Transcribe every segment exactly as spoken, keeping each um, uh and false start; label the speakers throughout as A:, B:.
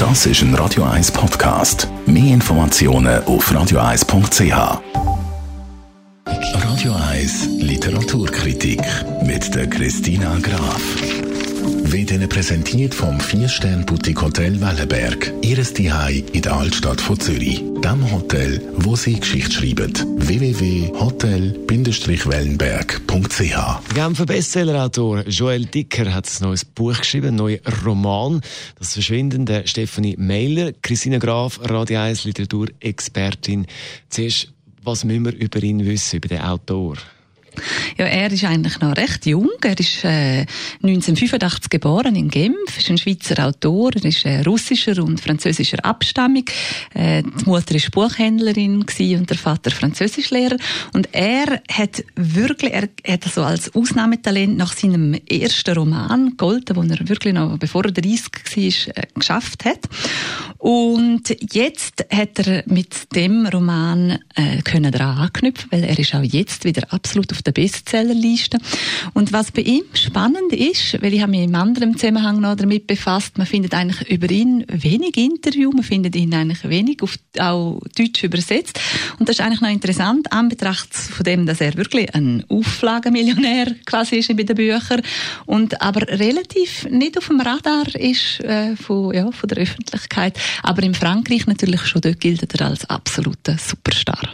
A: Das ist ein Radio eins Podcast. Mehr Informationen auf radio eins punkt c h. Radio eins Literaturkritik mit der Christina Graf. Wird Ihnen präsentiert vom vier Sterne Boutique Hotel Wellenberg. Ihres Zuhause in der Altstadt von Zürich. Dem Hotel, wo Sie Geschichte schreiben. w w w punkt hotel wellenberg punkt c h.
B: Der Genfer Bestsellerautor Joel Dicker hat ein neues Buch geschrieben, einen neuen Roman. Das Verschwindende Stefanie Meiler. Christina Graf, Radio eins Literaturexpertin. Zuerst, was müssen wir über ihn wissen, über den Autor?
C: Ja, er ist eigentlich noch recht jung. Er ist äh, neunzehnhundertfünfundachtzig geboren in Genf. Er ist ein Schweizer Autor. Er ist äh, russischer und französischer Abstammung. Äh, die Mutter ist Buchhändlerin und der Vater Französischlehrer. Und er hat wirklich, er hat so als Ausnahmetalent nach seinem ersten Roman Golden, den er wirklich noch, bevor er dreißig war, äh, geschafft hat. Und jetzt hat er mit dem Roman äh, können daran anknüpfen, weil er ist auch jetzt wieder absolut auf der Bestsellerliste. Und was bei ihm spannend ist, weil ich habe mich im anderen Zusammenhang noch damit befasst, man findet eigentlich über ihn wenig Interview, man findet ihn eigentlich wenig auf auch Deutsch übersetzt. Und das ist eigentlich noch interessant, anbetracht von dem, dass er wirklich ein Auflagenmillionär quasi ist bei den Büchern und aber relativ nicht auf dem Radar ist äh, von, ja, von der Öffentlichkeit. Aber in Frankreich natürlich schon, dort gilt er als absoluter Superstar.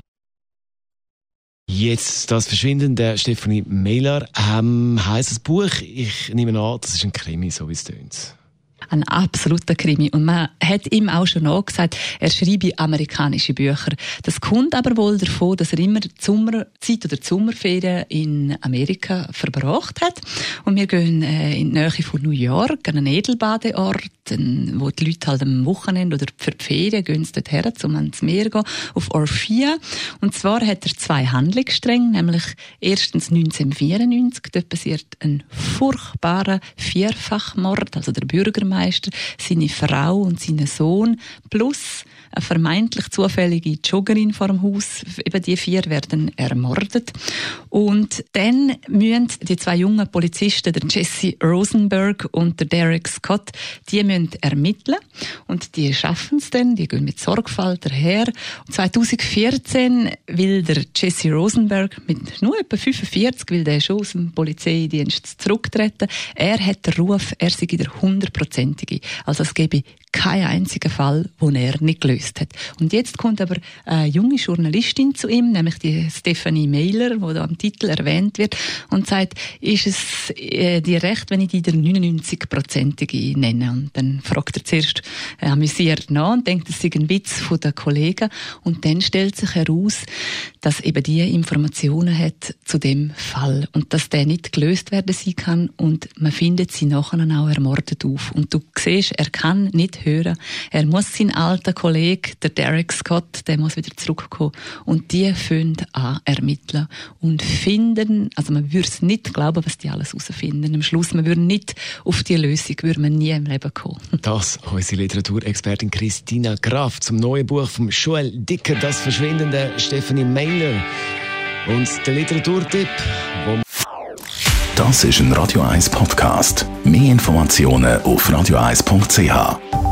B: Jetzt das Verschwindende Stefanie Meiler. Ähm, heisst das Buch, ich nehme an, das ist ein Krimi, so wie es tönt.
C: Ein absoluter Krimi. Und man hat ihm auch schon nachgesagt, er schreibe amerikanische Bücher. Das kommt aber wohl davon, dass er immer die Sommerzeit oder die Sommerferien in Amerika verbracht hat. Und wir gehen äh, in die Nähe von New York, an einen Edelbadeort, wo die Leute halt am Wochenende oder für die Ferien gehen sie dort her, um ans Meer zu gehen, auf Orphia. Und zwar hat er zwei Handlungsstränge, nämlich erstens neunzehnhundertvierundneunzig, dort passiert ein furchtbarer Vierfachmord, also der Bürgermeister, seine Frau und sein Sohn, plus eine vermeintlich zufällige Joggerin vor dem Haus. Eben die vier werden ermordet. Und dann müssen die zwei jungen Polizisten, der Jesse Rosenberg und der Derek Scott, die müssen ermitteln. Und die schaffen es dann, die gehen mit Sorgfalt daher. Und zweitausendvierzehn will der Jesse Rosenberg mit nur etwa fünfundvierzig, will der schon aus dem Polizeidienst zurücktreten. Er hat den Ruf, er sei der hundertprozentige. Also es gebe keinen einzigen Fall, den er nicht gelöst hat. Und jetzt kommt aber eine junge Journalistin zu ihm, nämlich die Stefanie Meiler, die da am Titel erwähnt wird, und sagt, ist es äh, dir recht, wenn ich dich der neunundneunzig-prozentige nenne? Und dann fragt er zuerst äh, amüsiert nach und denkt, das sei ein Witz von den Kollegen. Und dann stellt sich heraus, dass eben die Informationen hat zu dem Fall und dass der nicht gelöst werden sein kann und man findet sie nachher auch ermordet auf. Und du siehst, er kann nicht hören. Er muss seinen alten Kollegen, der Derek Scott, der muss wieder zurückkommen. Und die fangen an ermitteln und finden, also man würde es nicht glauben, was die alles herausfinden. Am Schluss, man würde nicht auf die Lösung, würde man nie im Leben kommen.
B: Das, unsere Literaturexpertin Christina Graf zum neuen Buch von Joel Dicker, das Verschwindende Stefanie Meiler. Und der Literaturtipp, wo
A: Das ist ein Radio eins Podcast. Mehr Informationen auf radio eins punkt c h.